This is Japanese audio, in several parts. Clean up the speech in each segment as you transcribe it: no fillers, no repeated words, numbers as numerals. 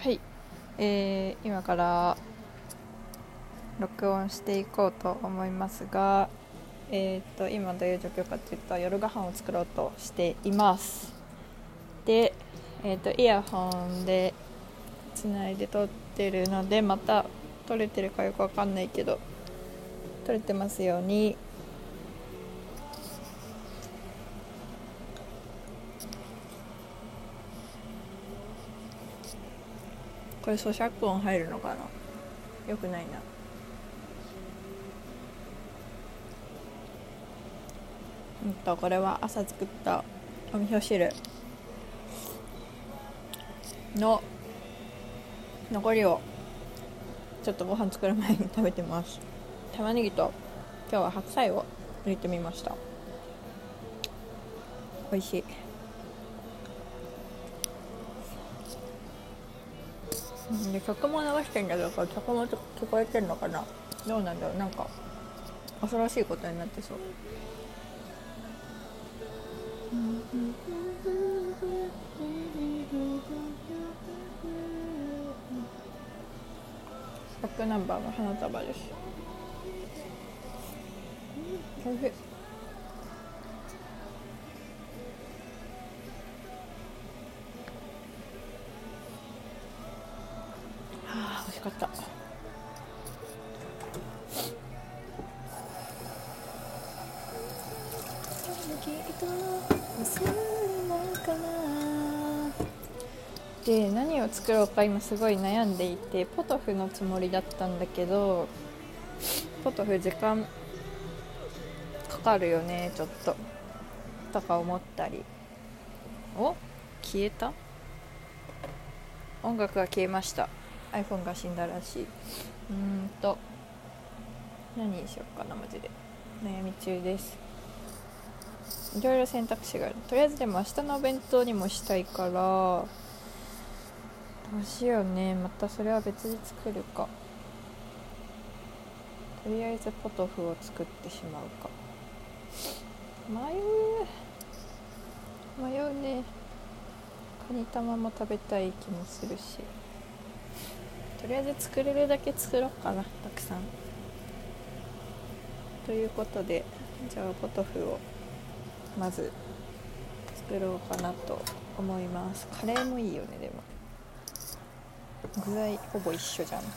はい、今から録音していこうと思いますが、今どういう状況かというと、夜ご飯を作ろうとしています。で、イヤホンでつないで撮ってるので、また撮れてるかよくわかんないけど撮れてますように。これ咀嚼音入るのかな、よくないな。これは朝作ったお味噌汁の残りをちょっとご飯作る前に食べてます。玉ねぎと今日は白菜を入れてみました。美味しい。で、曲も流してんだけど、これ曲も聞こえてんのかな、どうなんだろう。なんか恐ろしいことになってそう。バックナンバーの花束です。おいしい。美味しかった。で、何を作ろうか今すごい悩んでいて、ポトフのつもりだったんだけど、ポトフ時間かかるよねちょっととか思ったり。消えた。音楽が消えました。 iPhone が死んだらしい。何にしようかな、マジで悩み中です。いろいろ選択肢がある。とりあえずでも明日のお弁当にもしたいから、どうしようね。またそれは別に作るか。とりあえずポトフを作ってしまうか。迷うね。カニ玉も食べたい気もするし、とりあえず作れるだけ作ろうかな、たくさん。ということで、じゃあポトフをまず作ろうかなと思います。カレーもいいよね。でも具材ほぼ一緒じゃん。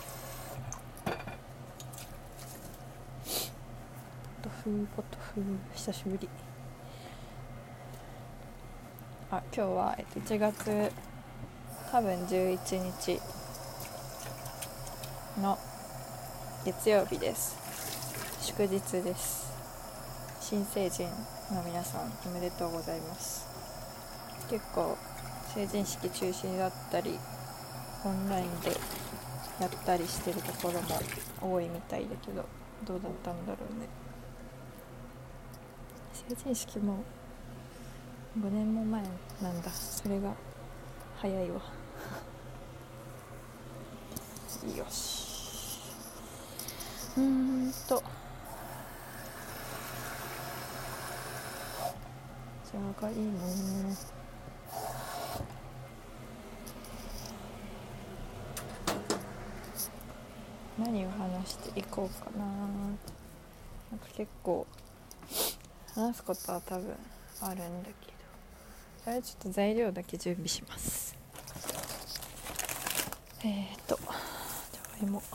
ポトフ久しぶり。今日は1月多分11日の月曜日です。祝日です。新成人の皆さんおめでとうございます。結構成人式中止だったりオンラインでやったりしてるところも多いみたいだけど、どうだったんだろうね。成人式も5年も前なんだ。それが早いわよし。じゃがいも何を話していこうかな。なんか結構話すことは多分あるんだけど、ちょっと材料だけ準備します。じゃがいも、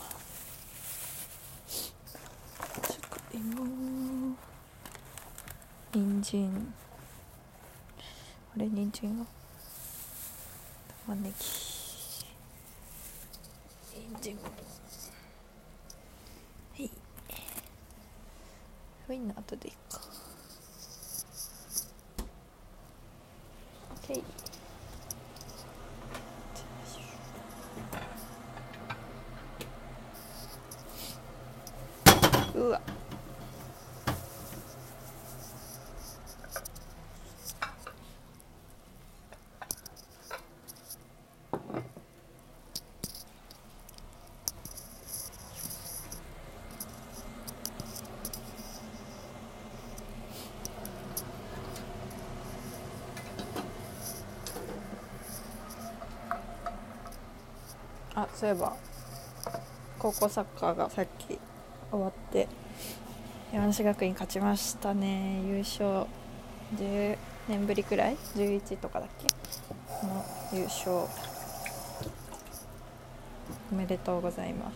人参、あれ人参は玉ねぎ、人参、はい、ウインナー後でいいか。 OK。 うわ、 そういえば高校サッカーがさっき終わって山梨学院勝ちましたね。優勝10年ぶりくらい、11とかだっけの優勝、おめでとうございます。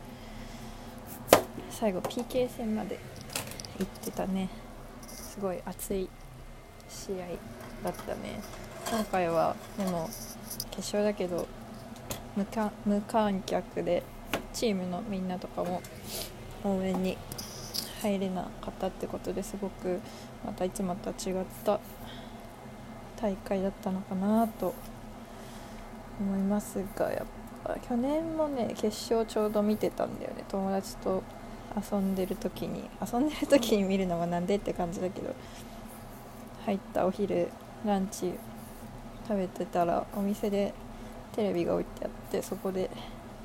最後 PK 戦まで行ってたね。すごい熱い試合だったね。今回はでも決勝だけど無観客でチームのみんなとかも応援に入れなかったってことで、すごくまたいつもとは違った大会だったのかなと思いますが、やっぱ去年もね決勝ちょうど見てたんだよね。友達と遊んでる時に見るのもなんでって感じだけど、入ったお昼ランチ食べてたらお店でテレビが置いてあって、そこで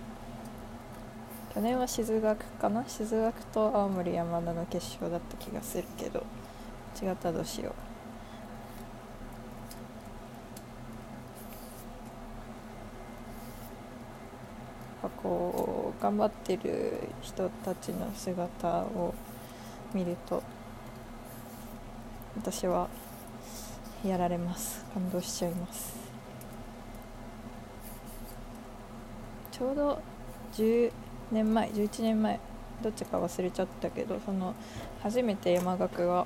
去年は静学と青森山田の決勝だった気がするけど、違ったらどうしよう。こう頑張ってる人たちの姿を見ると私はやられます。感動しちゃいます。ちょうど11年前どっちか忘れちゃったけど、その初めて山岳が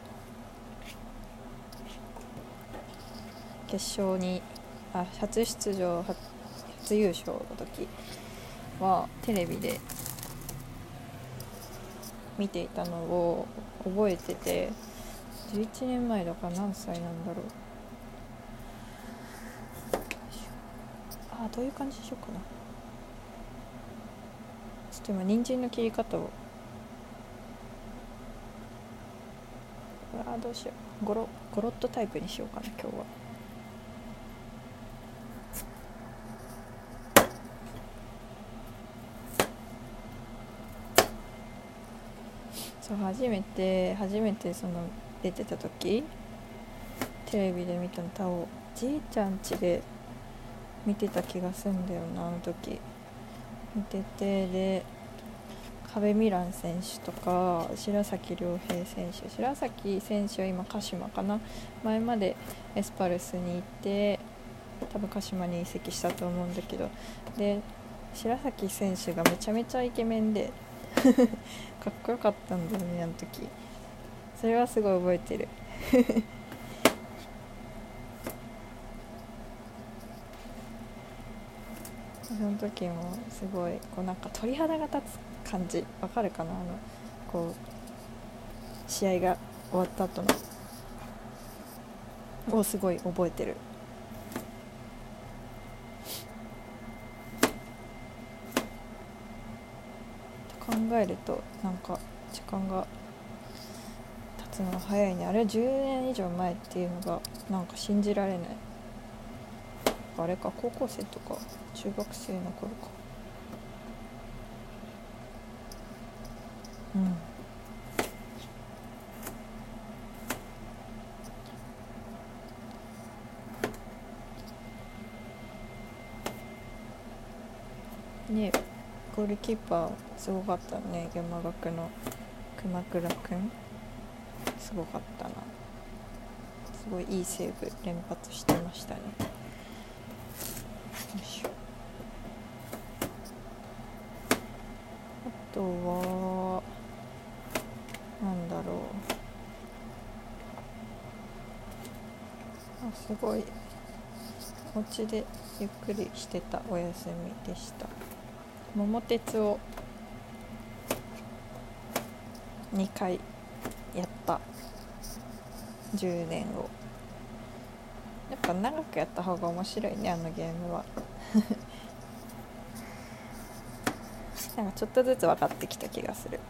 決勝に初出場初優勝の時はテレビで見ていたのを覚えてて、11年前だから何歳なんだろう。どういう感じでしようかな。ちょっと今人参の切り方をどうしよう、ゴロッとタイプにしようかな今日は。そう初めてその出てた時テレビで見たのおじいちゃん家で見てた気がするんだよな。あの時見てて、で壁ミラン選手とか白崎亮平選手は今鹿島かな、前までエスパルスにいて多分鹿島に移籍したと思うんだけど、で白崎選手がめちゃめちゃイケメンでかっこよかったんだよね、あの時。それはすごい覚えてるその時もすごいこうなんか鳥肌が立つ感じ、わかるかな。こう試合が終わった後のをすごい覚えてる。考えるとなんか時間が経つのが早いね。あれは10年以上前っていうのがなんか信じられない。あれか、高校生とか中学生の頃か。ね、ゴールキーパーすごかったね。山岳の熊倉くんすごかったな。すごいいいセーブ連発してましたね。あとはなんだろう、すごいお家でゆっくりしてたお休みでした。桃鉄を2回やった10年を。やっぱ長くやった方が面白いね、あのゲームはなんかちょっとずつ分かってきた気がする。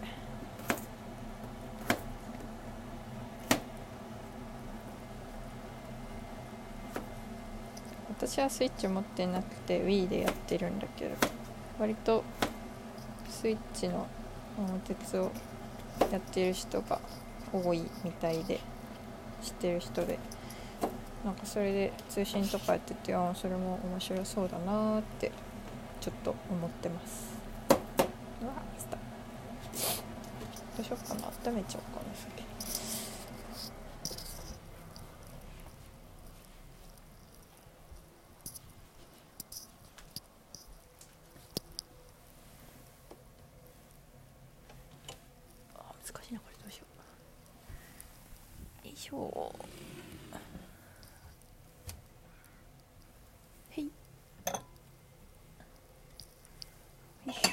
私はスイッチ持ってなくて Wii でやってるんだけど、割とスイッチの桃鉄をやってる人が多いみたいで、知ってる人でなんかそれで通信とかやってて、それも面白そうだなってちちょっと思ってます。うわ来た。どうしようかな、温めちゃおうかな。それ難しいなこれ、どうしよう。よいしょ。へい。よいしょ。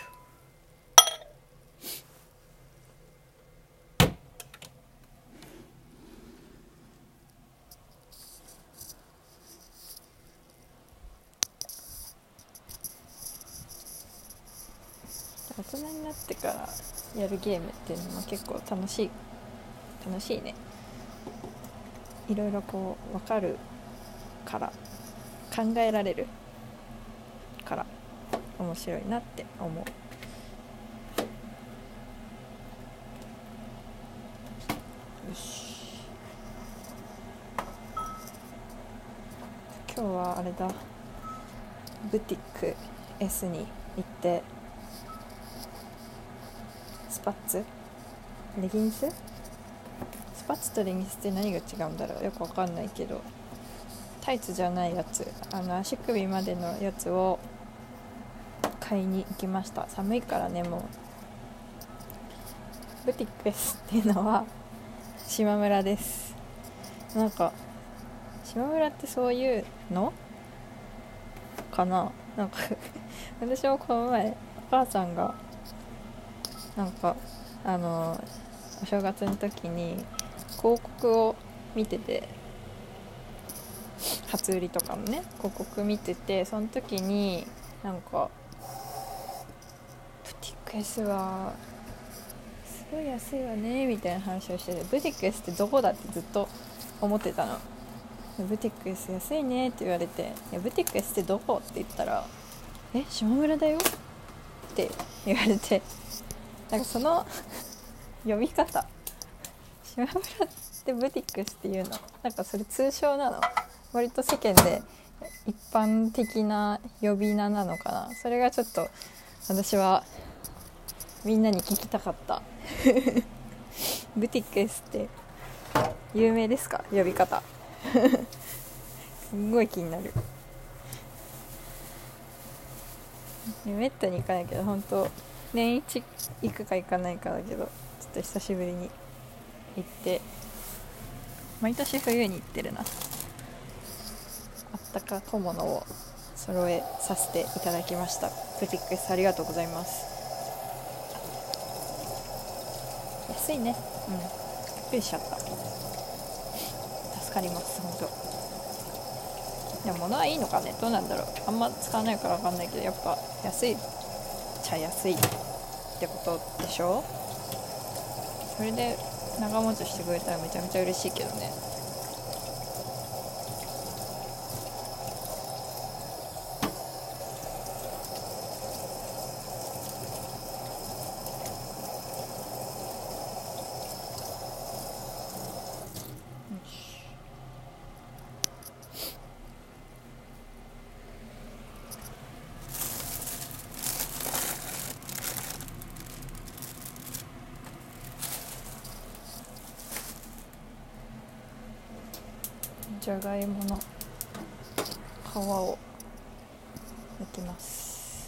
大人になってからやるゲームっていうのも結構楽しいね。いろいろこう分かるから考えられるから面白いなって思う。よし、今日はあれだ、ブティック S に行ってスパッツレギンススパッツとレギンスって何が違うんだろう、よくわかんないけど、タイツじゃないやつ、足首までのやつを買いに行きました。寒いからね。もうブティック S っていうのは島村です。なんか島村ってそういうのかな。なんか私もこの前お母さんがなんかお正月の時に広告を見てて、初売りとかのね広告見てて、その時になんかブティック S はすごい安いわねみたいな話をしてて、ブティック S ってどこだってずっと思ってたの。ブティック S 安いねって言われて、いやブティック S ってどこって言ったら、島村だよって言われて、なんかその呼び方、島村ってブティック S っていうの、なんかそれ通称なの？割と世間で一般的な呼び名なのかな。それがちょっと私はみんなに聞きたかったブティック S って有名ですか？呼び方すんごい気になる。めったに行かないけど、本当年一行くか行かないかだけど、ちょっと久しぶりに行って、毎年冬に行ってるな。あったか小物を揃えさせていただきました。ブティック S ありがとうございます。安いね。びっくりしちゃった。助かります、本当。でも物はいいのかね、どうなんだろう。あんま使わないから分かんないけど、やっぱ安いっちゃ安いってことでしょ。それで長持ちしてくれたらめちゃめちゃ嬉しいけどね。じゃがいもの皮を剥きます。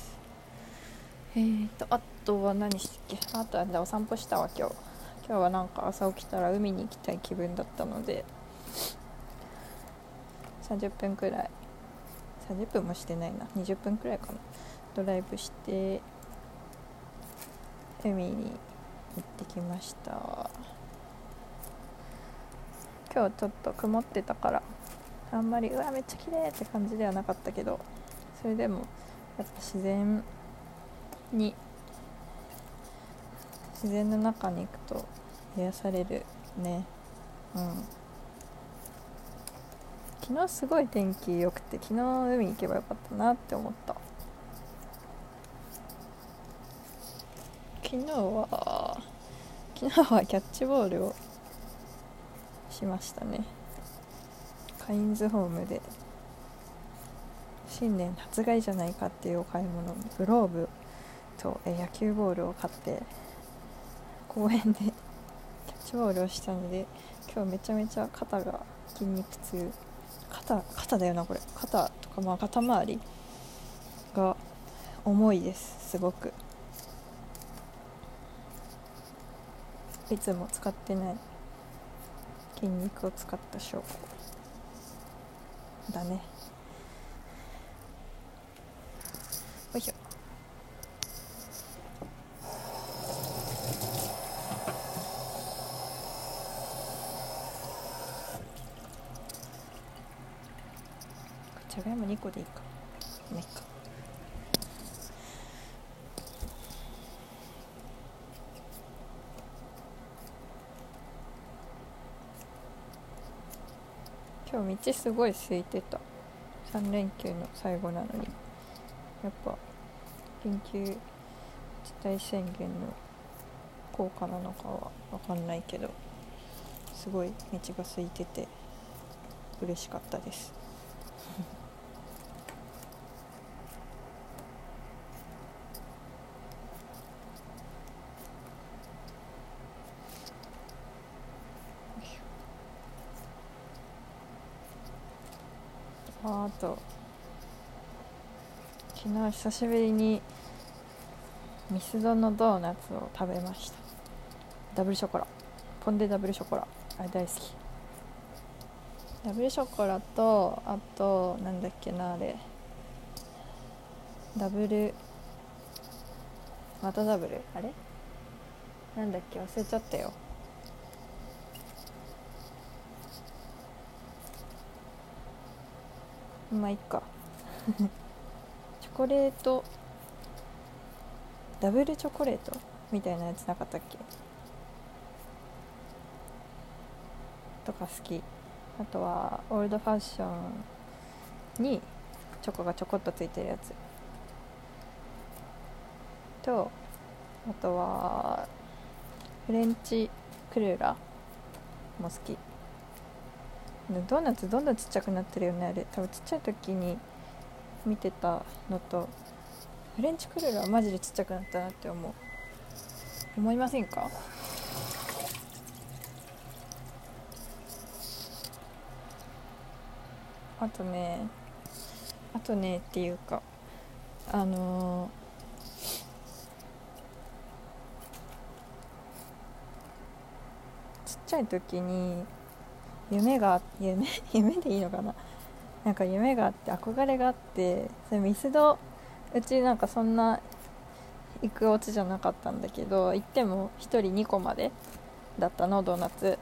あとは何してっけ。あとはお散歩したわ。今日はなんか朝起きたら海に行きたい気分だったので、30分くらい、30分もしてないな、20分くらいかな、ドライブして海に行ってきました。今日ちょっと曇ってたからあんまりめっちゃ綺麗って感じではなかったけど、それでもやっぱ自然の中に行くと癒されるね。昨日すごい天気良くて、昨日海行けばよかったなって思った。昨日はキャッチボールをしましたね。カインズホームで新年初買いじゃないかっていうお買い物、グローブと野球ボールを買って公園でキャッチボールをしたので、今日めちゃめちゃ肩が筋肉痛、肩だよなこれ、肩とかまあ肩周りが重いです。すごくいつも使ってない筋肉を使った証拠だね。よいしょ。じゃがいも2個でいいか。まあいいか。今日道すごい空いてた。3連休の最後なのにやっぱ緊急事態宣言の効果なのかは分かんないけど、すごい道が空いてて嬉しかったですあと昨日久しぶりにミスドのドーナツを食べました。ダブルショコラ、ポンデダブルショコラ、あれ大好き。ダブルショコラと、あとなんだっけな、あれダブル、またダブル、あれなんだっけ忘れちゃったよ。まあいっかチョコレート、ダブルチョコレートみたいなやつなかったっけとか好き。あとはオールドファッションにチョコがちょこっとついてるやつと、あとはフレンチクルーラーも好き。ドーナツどんどんちっちゃくなってるよね。あれ多分ちっちゃい時に見てたのと、フレンチクルーラーはマジでちっちゃくなったなって思いませんか？あとねっていうか、ちっちゃい時に夢でいいのかな、なんか夢があって憧れがあって、それミスド、うちなんかそんな行くお家じゃなかったんだけど、行っても1人2個までだったの、ドーナツ。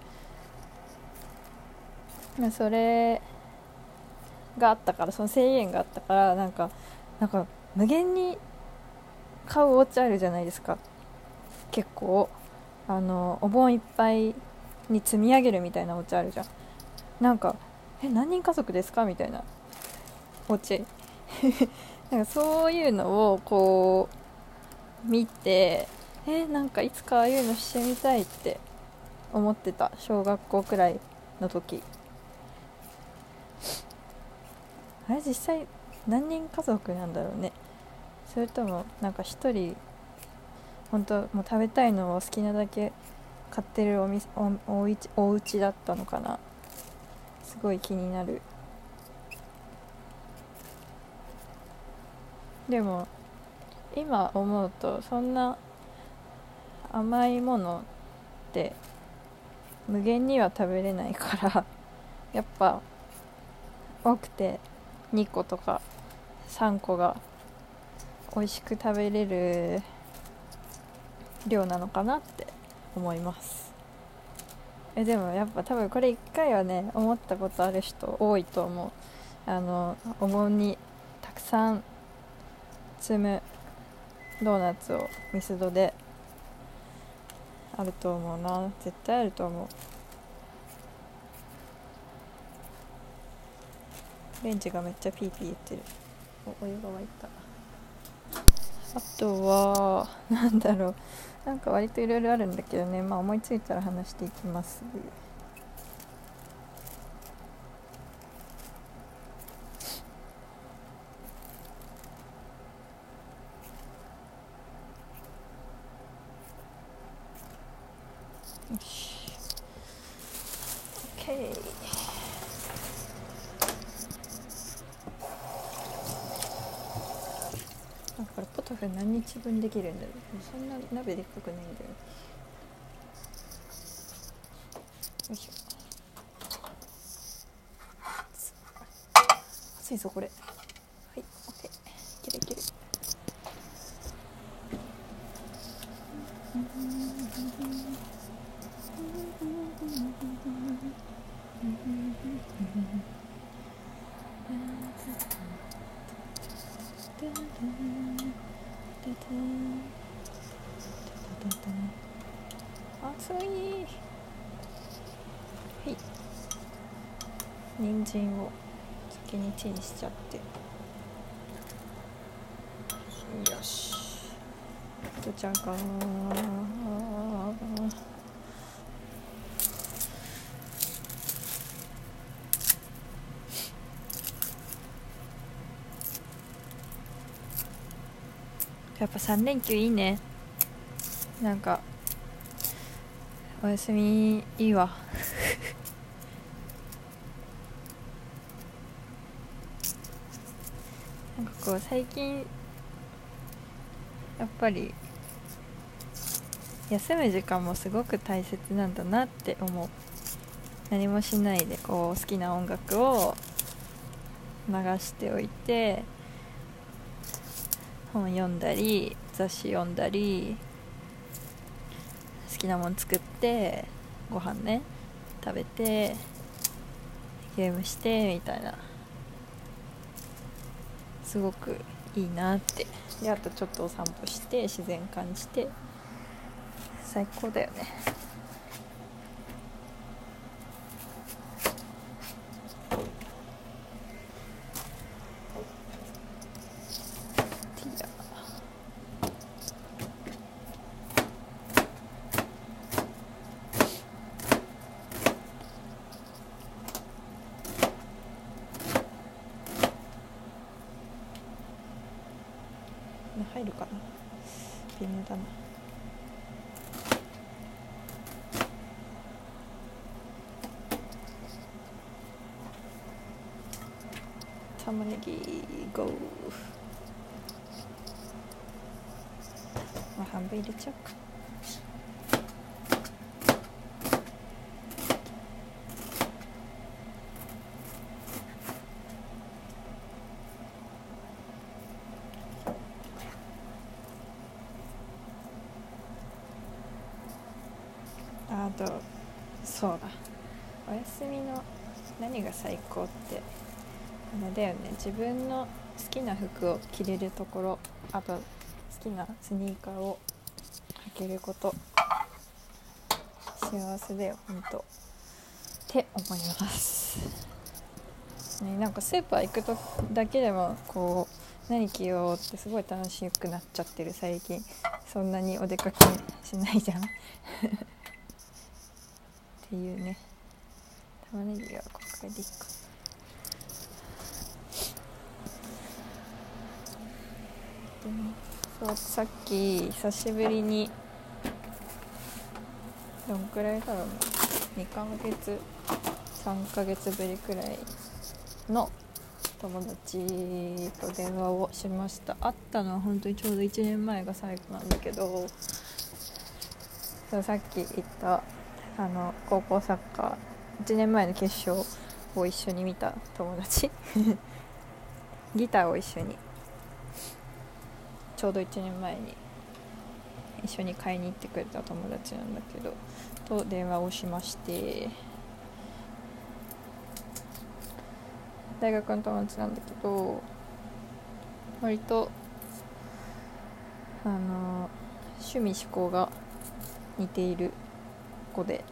それがあったから、その制限があったから、なんか無限に買うお家あるじゃないですか。結構お盆いっぱいに積み上げるみたいなお家あるじゃん。なんか何人家族ですかみたいなお家なんかそういうのをこう見て、なんかいつかああいうのしてみたいって思ってた、小学校くらいの時。あれ実際何人家族なんだろうね。それともなんか一人本当もう食べたいのを好きなだけ買ってるお家だったのかな。すごい気になる。でも今思うと、そんな甘いものって無限には食べれないからやっぱ多くて2個とか3個が美味しく食べれる量なのかなって思います。でもやっぱ多分これ1回はね思ったことある人多いと思う。お盆にたくさん積むドーナツをミスドであると思うな。絶対あると思う。レンジがめっちゃピーピー言ってる。お湯が沸いた。あとはなんだろう、なんか割といろいろあるんだけどね、まあ思いついたら話していきます。 トフ何日分できるんだろう。そんな鍋でっかくないんだよ。よいしょ。熱いぞこれ。はい、オッケー。いけるいける。熱い。はい、人参を先にチンしちゃって、よし、どちゃかやっぱ3連休いいね。なんかお休みいいわなんかこう最近やっぱり休む時間もすごく大切なんだなって思う。何もしないでこう好きな音楽を流しておいて、本読んだり雑誌読んだり、好きなもの作ってご飯ね食べてゲームしてみたいな、すごくいいなって。であとちょっとお散歩して自然感じて最高だよね。入るかな、微妙だな。玉ねぎゴー、まあ、半分入れちゃおうか。あとそうだ、お休みの何が最高ってあれだよね。自分の好きな服を着れるところ、あと好きなスニーカーを履けること、幸せだよほんとって思いますね。なんかスーパー行くとだけでもこう何着ようってすごい楽しくなっちゃってる最近。そんなにお出かけしないじゃんっていうね。玉ねぎはここからでいいか。そう、さっき久しぶりにどんくらいだろうね、2ヶ月3ヶ月ぶりくらいの友達と電話をしました。会ったのは本当にちょうど1年前が最後なんだけど、さっき言った高校サッカー1年前の決勝を一緒に見た友達ギターを一緒にちょうど1年前に一緒に買いに行ってくれた友達なんだけどと電話をしまして、大学の友達なんだけど割と趣味嗜好が似ている子で、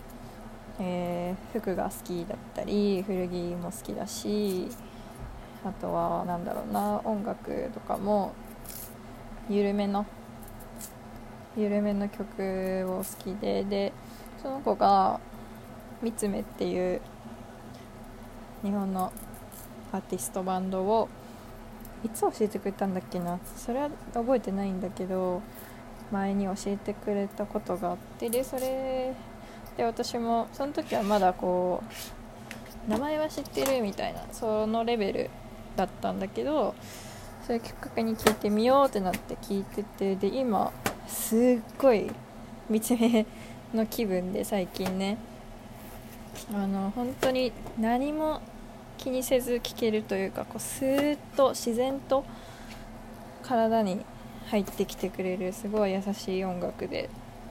服が好きだったり古着も好きだし、あとはなんだろうな、音楽とかも緩めの曲を好きで、その子がみつめっていう日本のアーティストバンドをいつ教えてくれたんだっけな、それは覚えてないんだけど前に教えてくれたことがあって、でそれで私もその時はまだこう名前は知ってるみたいなそのレベルだったんだけど、 それきっかけに聞いてみようってなって聞いてて、で今すっごい見つめの気分で最近ね、本当に何も気にせず聴けるというか、こうスーッと自然と体に入ってきてくれるすごい優しい音楽で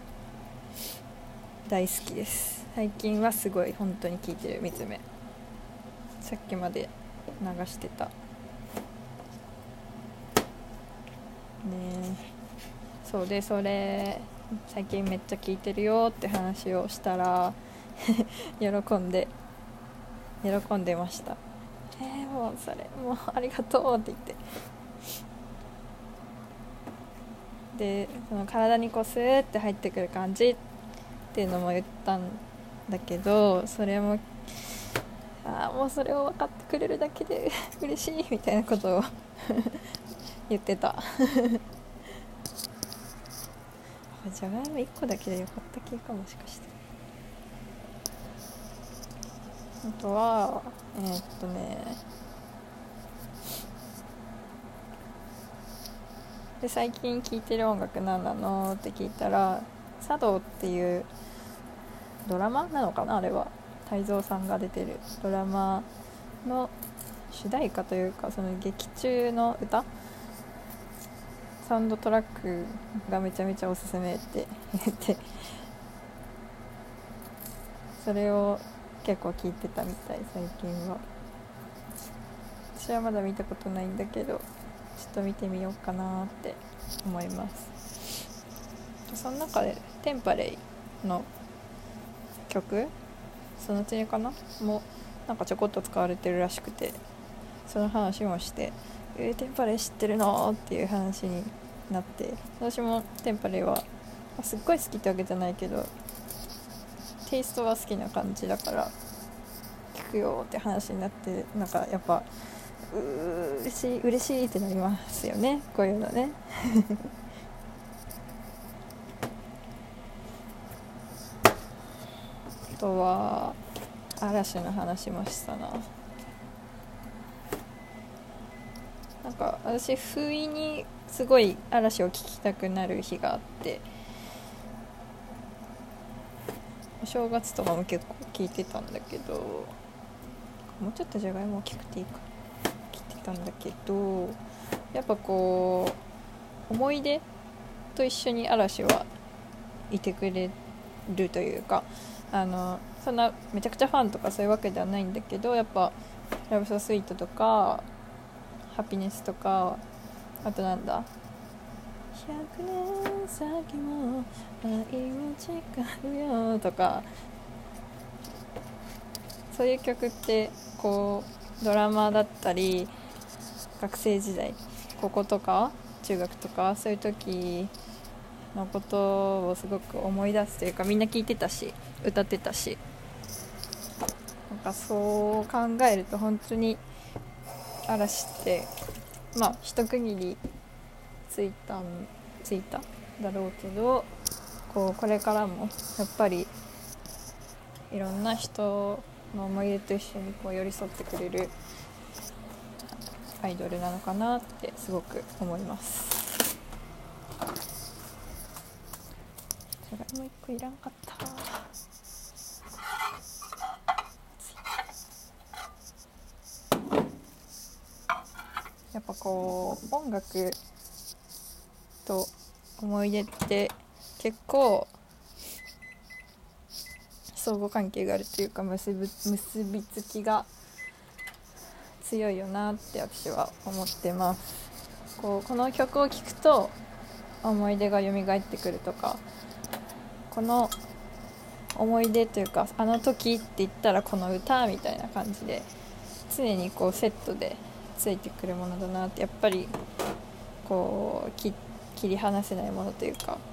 大好きです。最近はすごい本当に聴いてる。見つめさっきまで流してたね。そうで、それ最近めっちゃ聴いてるよって話をしたら喜んでました。もうそれもうありがとうって言って、でその体にこうスーって入ってくる感じっていうのも言ったんだけど、それももうそれを分かってくれるだけで嬉しいみたいなことを言ってたじゃがいも1個だけでよかった系か、もしかして。あとはで最近聴いてる音楽何なのって聞いたら、茶道っていうドラマなのかな、あれは泰造さんが出てるドラマの主題歌というか、その劇中の歌、サウンドトラックがめちゃめちゃおすすめって言ってそれを結構聞いてたみたい。最近は私はまだ見たことないんだけど、ちょっと見てみようかなって思います。その中でテンパレイの曲、その次かなもなんかちょこっと使われてるらしくて、その話もしてテンパレイ知ってるのっていう話になって、私もテンパレイはすっごい好きってわけじゃないけどテイストは好きな感じだから聞くよって話になって、なんかやっぱ嬉しいってなりますよね、こういうのねあとは嵐の話もしたな。なんか私不意にすごい嵐を聴きたくなる日があって、お正月とかも結構聴いてたんだけど、もうちょっとじゃがいも大きくていいか聴いてたんだけど、やっぱこう思い出と一緒に嵐はいてくれるというか、そんなめちゃくちゃファンとかそういうわけではないんだけど、やっぱラブソースイートとかハピネスとか、あとなんだ100年先も愛を誓うよとか、そういう曲ってこうドラマだったり学生時代、高校とか中学とかそういう時のことをすごく思い出すというか、みんな聴いてたし歌ってたし、なんかそう考えると本当に嵐って一区切りついただろうけど、これからもやっぱりいろんな人の思い出と一緒に寄り添ってくれるアイドルなのかなってすごく思います。じゃがいも1個いらんかった。やっぱ音楽と思い出って結構相互関係があるというか、結びつきが強いよなって私は思ってます。この曲を聴くと思い出が蘇ってくるとか、この思い出というかあの時って言ったらこの歌みたいな感じで常にセットでついてくるものだなって、やっぱり切り離せないものというか、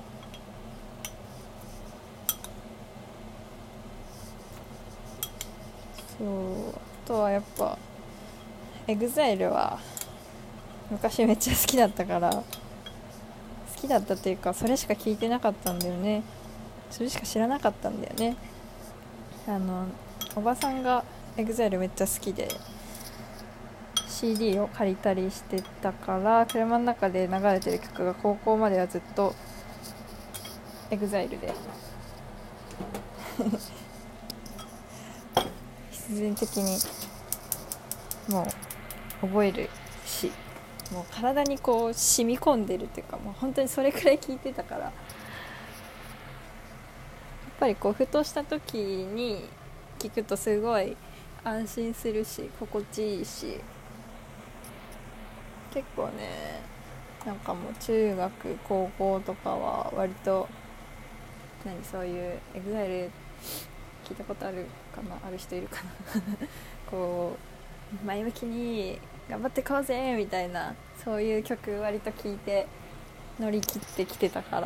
あとはやっぱEXILE は昔めっちゃ好きだったから、好きだったというかそれしか聞いてなかったんだよね。それしか知らなかったんだよね。おばさんがEXILEめっちゃ好きで CD を借りたりしてたから、車の中で流れてる曲が高校まではずっと EXILE で必然的にもう覚えるし、もう体にこう染み込んでるっていうか、もう本当にそれくらい聴いてたから、やっぱりこうふとした時に聴くとすごい安心するし心地いいし、結構ね、なんかもう中学高校とかは割とそういう EXILE 聞いたことあるかな、ある人いるかなこう前向きに頑張ってこうぜみたいな、そういう曲割と聴いて乗り切ってきてたから、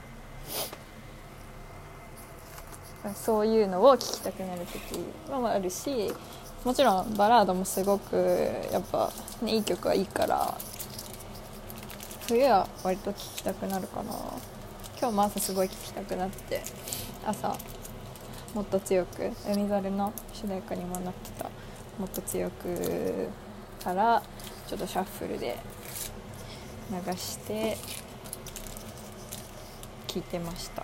そういうのを聴きたくなる時はあるし、もちろんバラードもすごくやっぱ、ね、いい曲はいいから、冬は割と聴きたくなるかな。今日も朝すごい聴きたくなって、朝もっと強く、海猿の主題歌にもなってたもっと強くからちょっとシャッフルで流して聴いてました。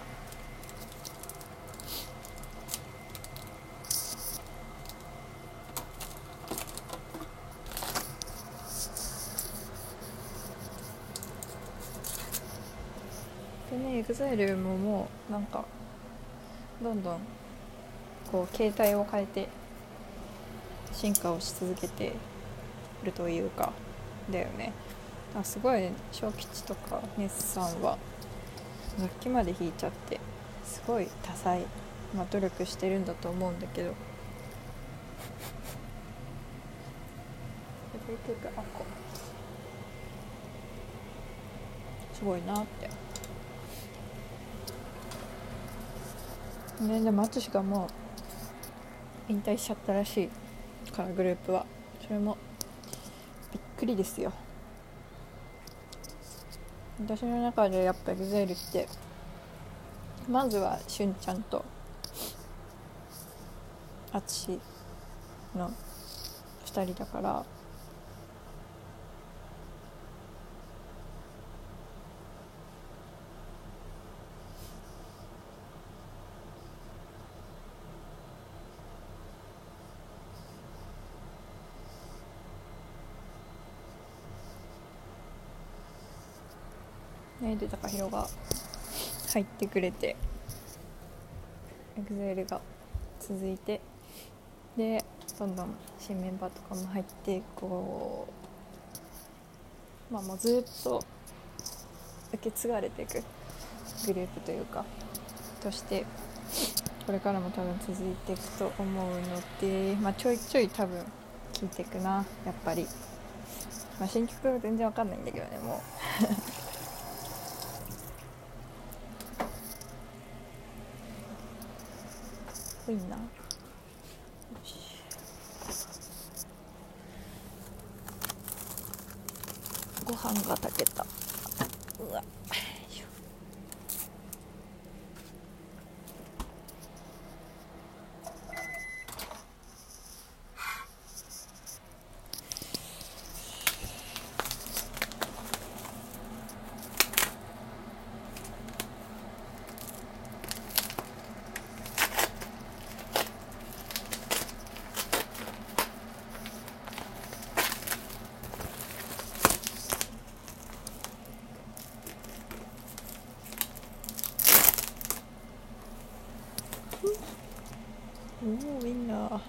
でね、EXILE ももうなんかどんどんこう形態を変えて進化をし続けてるというかだよね。すごい小吉とかネスさんは楽器まで弾いちゃってすごい多彩、努力してるんだと思うんだけど、すごいなってね。でも淳がもう引退しちゃったらしいから、グループは。それもびっくりですよ。私の中でやっぱ EXILE ってまずはしゅんちゃんと淳の2人だから、で高弘が入ってくれて EXILE が続いて、でどんどん新メンバーとかも入って、こうもうずっと受け継がれていくグループというかとしてこれからも多分続いていくと思うので、ちょいちょい多分聴いていくな、やっぱり。新曲は全然わかんないんだけどね、もういいな。ご飯が炊けた。うわ、おー、みん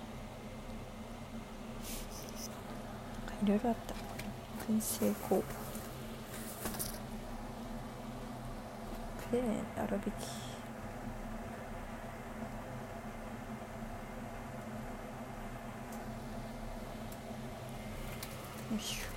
ないろいろあった。燻製工プレーン粗挽き、よいしょ。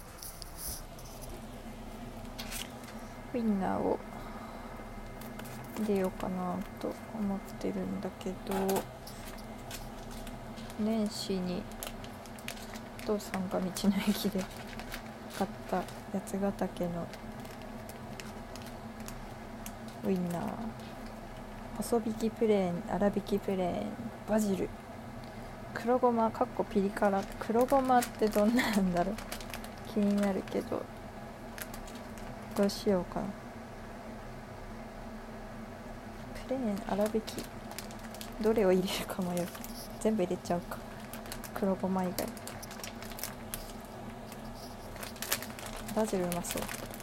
ウインナーを出ようかなと思ってるんだけど、年始にお父さんが道の駅で買った八ヶ岳のウインナー、細引きプレーン、粗挽きプレーン、バジル、黒ごまピリ辛。黒ごまってどんなんだろう、気になるけどどうしようかな。プレーン、粗挽き、どれを入れるか迷う。全部入れちゃうか、黒ごま以外。バジルうまそう。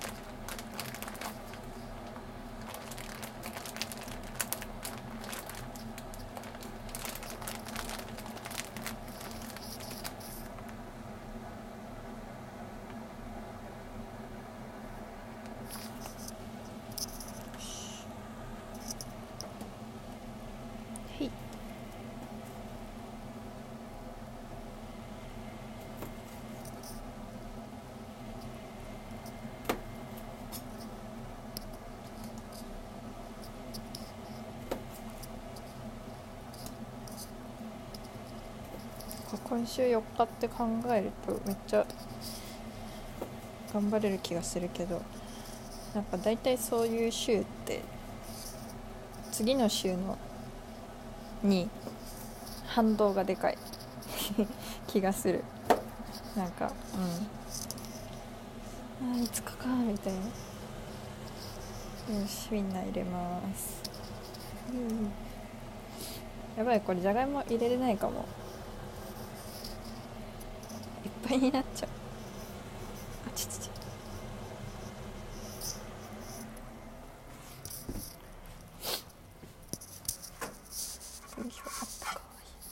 はい、今週4日って考えるとめっちゃ頑張れる気がするけど、なんか大体そういう週って次の週のに反動がでかい気がする。なんか5日かみたいな。よし、ウインナー入れます。やばい、これじゃがいも入れれないかも。いっぱいになっちゃう。あちちち。よいしょ。あったか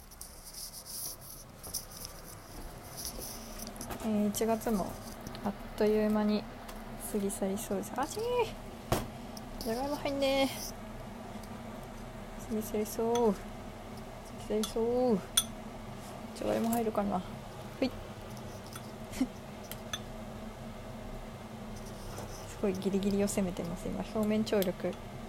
わいい。1月もあっという間に過ぎ去りそうです。あちー、じゃがいも入んねー。過ぎ去りそう、過ぎ去りそう。じゃがいも入るかな。ほいすごいギリギリを攻めてます今。表面張力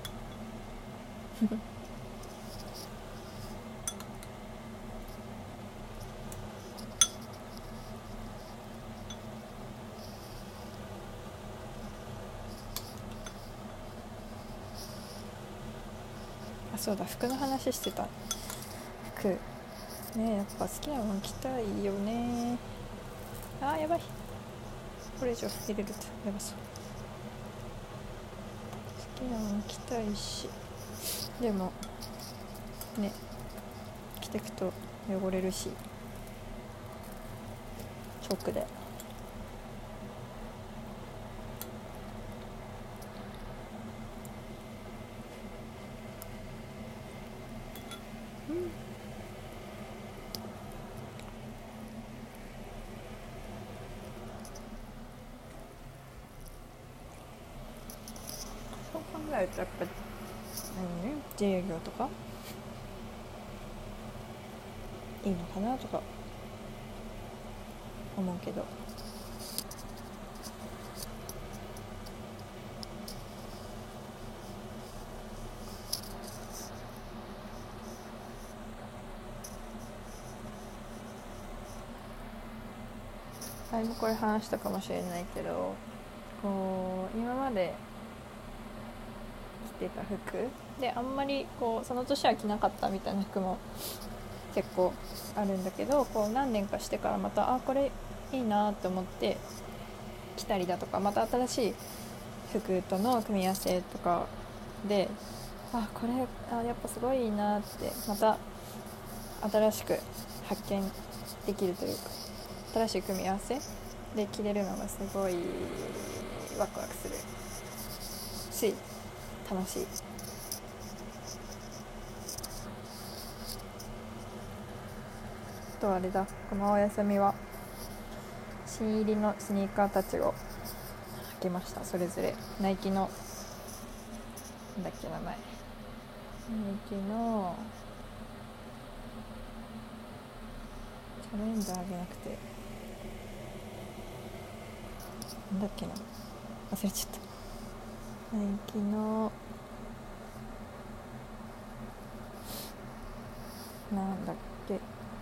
あ、そうだ、服の話してた。服ね、やっぱ好きなもの着たいよね。あー、やばい、これ以上入れるとやばそう。好きなもの着たいし、でもね、着てくと汚れるし、直でそう考えるとやっぱ自営業とかいいのかなとか思うけど、だいぶこれ話したかもしれないけど、こう今まで着てた服であんまりこうその年は着なかったみたいな服も結構あるんだけど、こう何年かしてからまたこれいいなって思って着たりだとか、また新しい服との組み合わせとかでこれやっぱすごいいいなってまた新しく発見できるというか、新しい組み合わせで着れるのがすごいワクワクするし楽しい。あとあれだ、このお休みは新入りのスニーカーたちを履きました。それぞれナイキのなんだっけ名前、ナイキのチャレンジャーじゃなくてなんだっけな、忘れちゃった。ナイキのなんだっけ、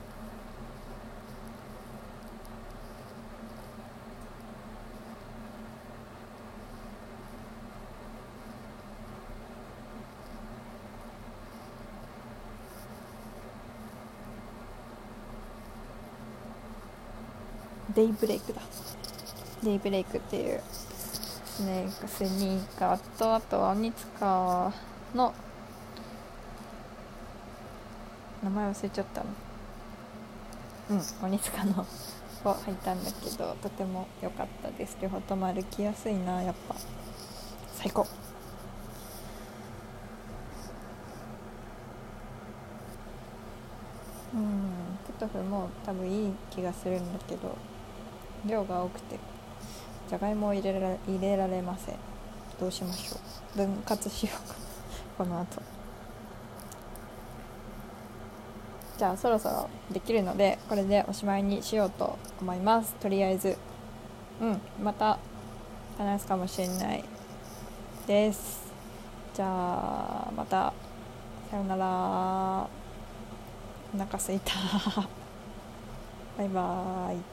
デイブレイクだ。デイブレイクっていうスニーカーと、あとは鬼塚の名前忘れちゃったの、鬼塚のを履いたんだけど、とても良かったです。両方とも歩きやすいな、やっぱ最高。ポトフも多分いい気がするんだけど、量が多くてじゃがいもを入れられません。どうしましょう。分割しようかこの後。じゃあそろそろできるので、これでおしまいにしようと思います。とりあえずまた話すかもしれないです。じゃあまた、さよなら。お腹すいたバイバーイ。